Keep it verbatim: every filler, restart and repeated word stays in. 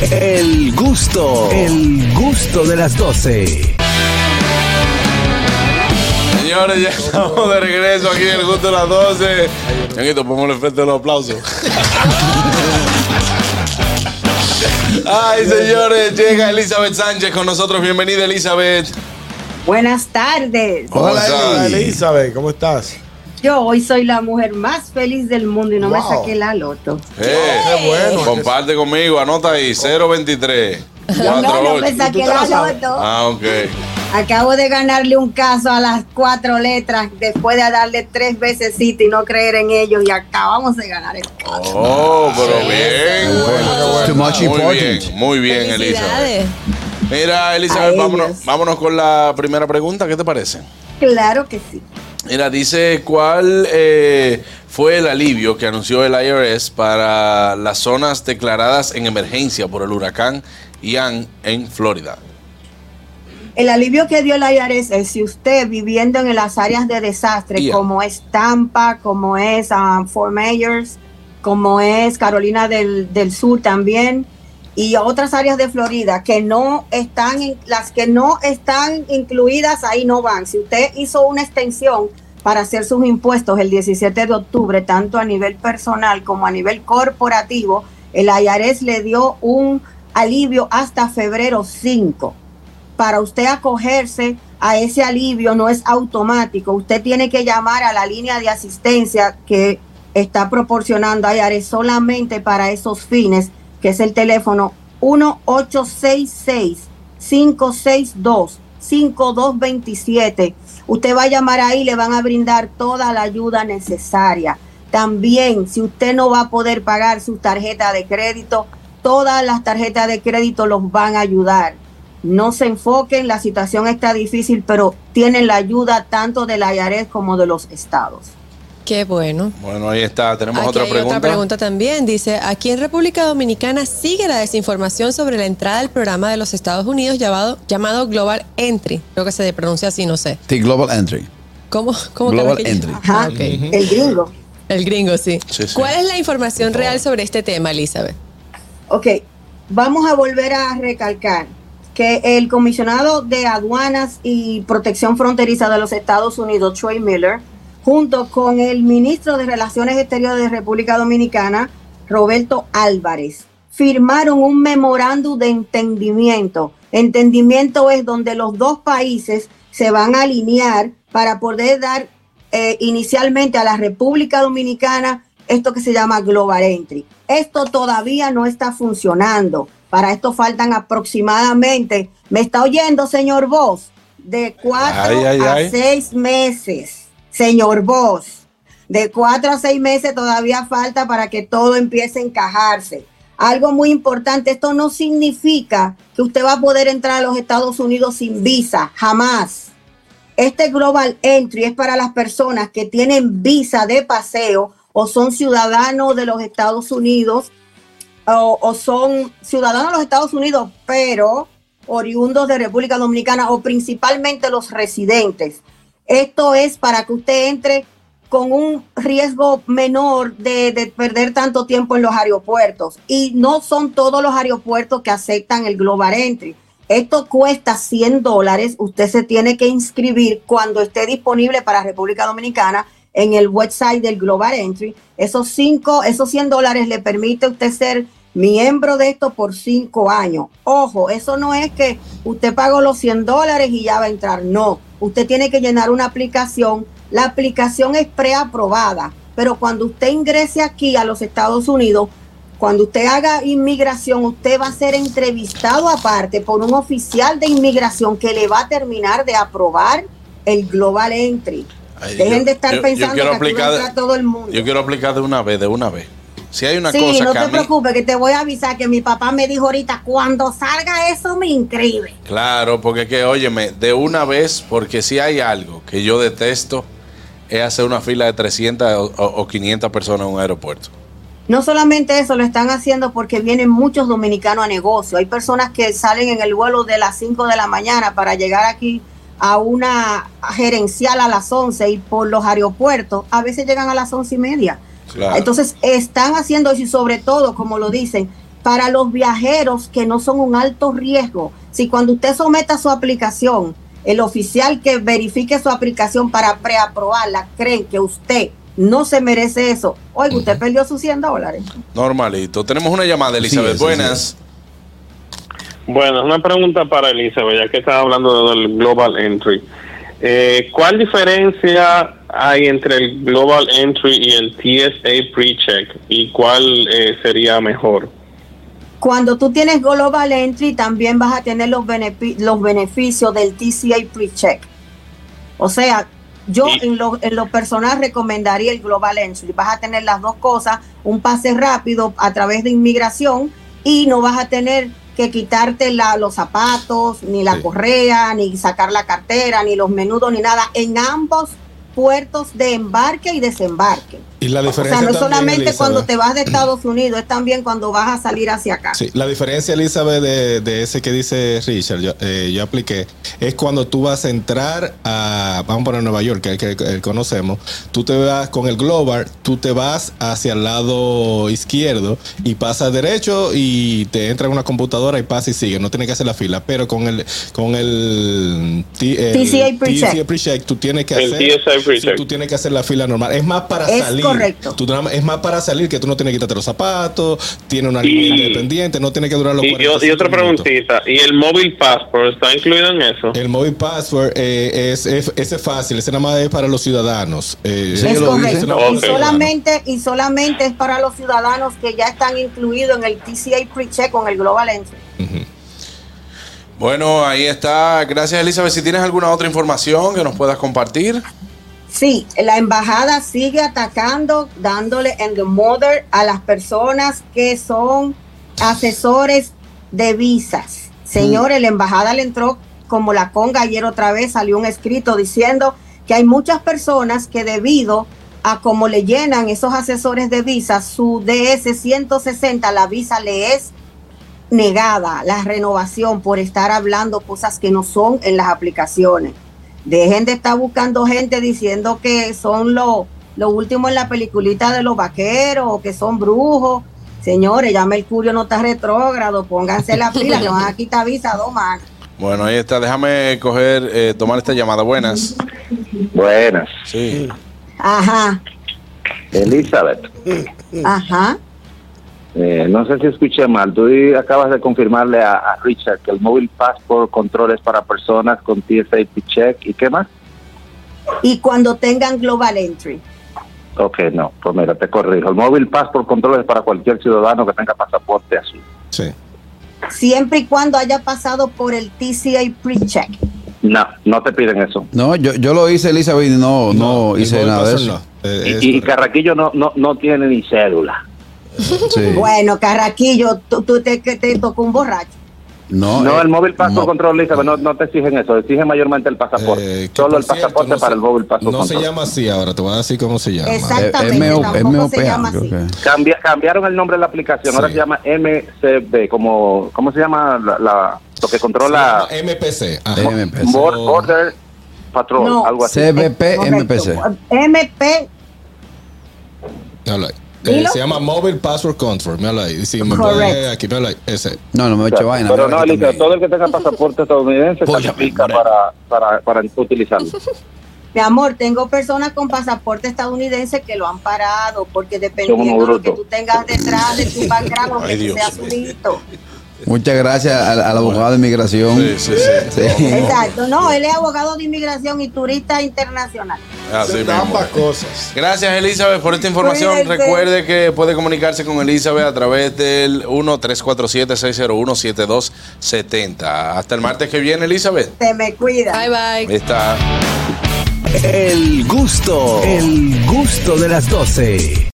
El gusto, el gusto de las doce. Señores, ya estamos de regreso aquí en el gusto de las doce. Ñanguito, pongo el frente de los aplausos. Ay, señores, llega Elizabeth Sánchez con nosotros. Bienvenida, Elizabeth. Buenas tardes. Hola, Elizabeth, ¿cómo estás? Yo hoy soy la mujer más feliz del mundo y no Wow. me saqué la loto. Eh, Qué bueno. comparte conmigo, anota ahí, cero veintitrés. No, no me saqué la loto. Ah, ok. Acabo de ganarle un caso a las cuatro letras después de darle tres veces cita y no creer en ellos y acabamos de ganar el caso. Oh, pero bien. Bueno, Too much Muy important. bien, muy bien, Elizabeth. Felicidades. Mira, Elizabeth, A vámonos, ellos. vámonos con la primera pregunta. ¿Qué te parece? Claro que sí. Mira, dice, ¿cuál eh, fue el alivio que anunció el I R S para las zonas declaradas en emergencia por el huracán Ian en Florida? El alivio que dio el I R S es si usted viviendo en las áreas de desastre, Yeah. como es Tampa, como es um, Fort Myers, como es Carolina del, del Sur también, y otras áreas de Florida que no están, en, las que no están incluidas, ahí no van. Si usted hizo una extensión para hacer sus impuestos el diecisiete de octubre, tanto a nivel personal como a nivel corporativo, el I R S le dio un alivio hasta febrero cinco. Para usted acogerse a ese alivio no es automático. Usted tiene que llamar a la línea de asistencia que está proporcionando I R S solamente para esos fines, que es el teléfono uno ocho seis seis, cinco seis dos, cinco dos dos siete. Usted va a llamar ahí y le van a brindar toda la ayuda necesaria. También, si usted no va a poder pagar su tarjeta de crédito, todas las tarjetas de crédito los van a ayudar. No se enfoquen, la situación está difícil, pero tienen la ayuda tanto de la I R S como de los estados. Qué bueno. Bueno, ahí está. Tenemos Aquí otra hay pregunta. otra pregunta también. Dice, aquí en República Dominicana sigue la desinformación sobre la entrada al programa de los Estados Unidos llamado, llamado Global Entry. Creo que se pronuncia así, no sé. The Global Entry. ¿Cómo? ¿Cómo Global que- Entry. Ajá, Ah, ok. el gringo. El gringo, sí. Sí, sí. ¿Cuál es la información real sobre este tema, Elizabeth? Ok, vamos a volver a recalcar que el comisionado de aduanas y protección fronteriza de los Estados Unidos, Troy Miller, junto con el ministro de Relaciones Exteriores de República Dominicana, Roberto Álvarez, firmaron un memorándum de entendimiento. Entendimiento es donde los dos países se van a alinear para poder dar eh, inicialmente a la República Dominicana esto que se llama Global Entry. Esto todavía no está funcionando. Para esto faltan aproximadamente, ¿me está oyendo, señor Voss? De cuatro Ay, ay, a ay. seis meses, señor Voss. De cuatro a seis meses todavía falta para que todo empiece a encajarse. Algo muy importante, esto no significa que usted va a poder entrar a los Estados Unidos sin visa, jamás. Este Global Entry es para las personas que tienen visa de paseo o son ciudadanos de los Estados Unidos o, o son ciudadanos de los Estados Unidos, pero oriundos de República Dominicana o principalmente los residentes. Esto es para que usted entre con un riesgo menor de, de perder tanto tiempo en los aeropuertos. Y no son todos los aeropuertos que aceptan el Global Entry. Esto cuesta cien dólares. Usted se tiene que inscribir cuando esté disponible para República Dominicana en el website del Global Entry. Esos cinco, esos cien dólares le permite a usted ser miembro de esto por cinco años. Ojo, eso no es que usted pagó los cien dólares y ya va a entrar. No, usted tiene que llenar una aplicación. La aplicación es preaprobada, pero cuando usted ingrese aquí a los Estados Unidos, cuando usted haga inmigración, usted va a ser entrevistado aparte por un oficial de inmigración que le va a terminar de aprobar el Global Entry. Ay, Dejen yo- de estar yo- yo pensando quiero que aquí va a aplicar- entrar todo el mundo. Yo quiero aplicar de una vez, de una vez. Si hay una Sí, cosa no que te a mí... preocupes, que te voy a avisar que mi papá me dijo ahorita, cuando salga eso me inscribe. Claro, porque es que, óyeme, de una vez, porque si hay algo que yo detesto, es hacer una fila de trescientas o, o- o quinientas personas en un aeropuerto. No solamente eso, lo están haciendo porque vienen muchos dominicanos a negocio. Hay personas que salen en el vuelo de las cinco de la mañana para llegar aquí a una gerencial a las once y por los aeropuertos a veces llegan a las once y media. Claro. Entonces están haciendo eso y sobre todo, como lo dicen, para los viajeros que no son un alto riesgo. Si cuando usted someta su aplicación, el oficial que verifique su aplicación para preaprobarla, creen que usted no se merece eso, oiga, usted uh-huh. perdió sus cien dólares. Normalito. Tenemos una llamada, Elizabeth. Sí, buenas. Sí, sí. Bueno, una pregunta para Elizabeth, ya que estaba hablando del Global Entry. Eh, ¿Cuál diferencia hay entre el Global Entry y el T S A PreCheck? ¿Y cuál eh, sería mejor? Cuando tú tienes Global Entry, también vas a tener los, benefic- los beneficios del T C A PreCheck. O sea, yo sí. en, lo, en lo personal recomendaría el Global Entry. Vas a tener las dos cosas, un pase rápido a través de inmigración y no vas a tener que quitarte la, los zapatos, ni la sí. correa, ni sacar la cartera, ni los menudos, ni nada, en ambos puertos de embarque y desembarque. Y la diferencia, o sea, no también, solamente Elizabeth, cuando te vas de Estados Unidos, es también cuando vas a salir hacia acá. Sí, la diferencia, Elizabeth, de, de ese que dice Richard, yo, eh, yo apliqué, es cuando tú vas a entrar a, vamos a poner Nueva York, que, que, que conocemos, tú te vas con el Global, tú te vas hacia el lado izquierdo y pasas derecho y te entra en una computadora y pasa y sigue, no tienes que hacer la fila, pero con el con el, el T C A PreCheck, PreCheck tú tienes que el hacer sí, tú tienes que hacer la fila normal, es más para es salir. Correcto. Tú, es más para salir que tú no tienes que quitarte los zapatos, tiene una línea independiente, no tiene que durar los y, y otra preguntita, ¿y el Mobile Passport está incluido en eso? El Mobile Passport eh, es, es, ese es fácil, ese nada más es para los ciudadanos. Eh, es correcto. Okay. Y solamente, y solamente es para los ciudadanos que ya están incluidos en el T C A PreCheck con el Global Entry. Uh-huh. Bueno, ahí está. Gracias, Elizabeth. Si tienes alguna otra información que nos puedas compartir. Sí, la embajada sigue atacando, dándole en the mother a las personas que son asesores de visas. Señores, mm. la embajada le entró como la conga. Ayer otra vez salió un escrito diciendo que hay muchas personas que debido a cómo le llenan esos asesores de visas, su D S ciento sesenta, la visa le es negada, la renovación por estar hablando cosas que no son en las aplicaciones. Dejen de estar buscando gente diciendo que son lo, lo último en la peliculita de los vaqueros o que son brujos. Señores, ya Mercurio no está retrógrado, pónganse la pila, que van a quitar visa a dos manos. Bueno, ahí está, déjame coger, eh, tomar esta llamada. Buenas. Buenas. Sí. Ajá. Elizabeth. Ajá. Eh, no sé si escuché mal. Tú acabas de confirmarle a, a Richard que el Mobile Passport Control es para personas con T S A PreCheck. ¿Y qué más? Y cuando tengan Global Entry. Ok, no, pues mira, te corrijo. El Mobile Passport Control es para cualquier ciudadano que tenga pasaporte azul. Sí. Siempre y cuando haya pasado por el T C A PreCheck. No, no te piden eso. No, yo, yo lo hice, Elizabeth, y no, no, no hice nada de eso. No. Eh, y, y Carraquillo no, no, no tiene ni cédula. Sí. Bueno, Carraquillo, tú, tú te, te tocó un borracho. No, no eh, el Mobile Passport no. Control, Elizabeth, no, no te exigen eso, exigen mayormente el pasaporte. Eh, Solo el pasaporte cierto, no para se, el Mobile Passport no Control. No se llama así ahora, te voy a decir cómo se llama. Exactamente, M O, tampoco M O P A, se llama así. Okay. Cambia, cambiaron el nombre de la aplicación, sí. Ahora se llama M C B, como, ¿cómo se llama la, la lo que controla? M P C. Ajá. M P C. Border Patrol, no, algo así. C B P, M P C. M P. Hola. Eh, se llama Mobile Passport Control, míralo ahí. Si me puede, aquí, míralo ahí. Ese. No, no me he hecho vaina. Pero no, Elisa, todo el que tenga pasaporte estadounidense califica para, para, para utilizarlo. Mi amor, tengo personas con pasaporte estadounidense que lo han parado porque dependiendo de lo que tú tengas detrás de tu background, que sea subito. Muchas gracias al, al abogado de inmigración. Sí, sí, sí. sí. Exacto. No, él es abogado de inmigración y turista internacional. Así mismo. Ambas cosas. Gracias, Elizabeth, por esta información. Cuídense. Recuerde que puede comunicarse con Elizabeth a través del uno tres cuatro siete, seis cero uno, siete dos siete cero. Hasta el martes que viene, Elizabeth. Te me cuida. Bye, bye. Ahí está. El gusto, el gusto de las doce.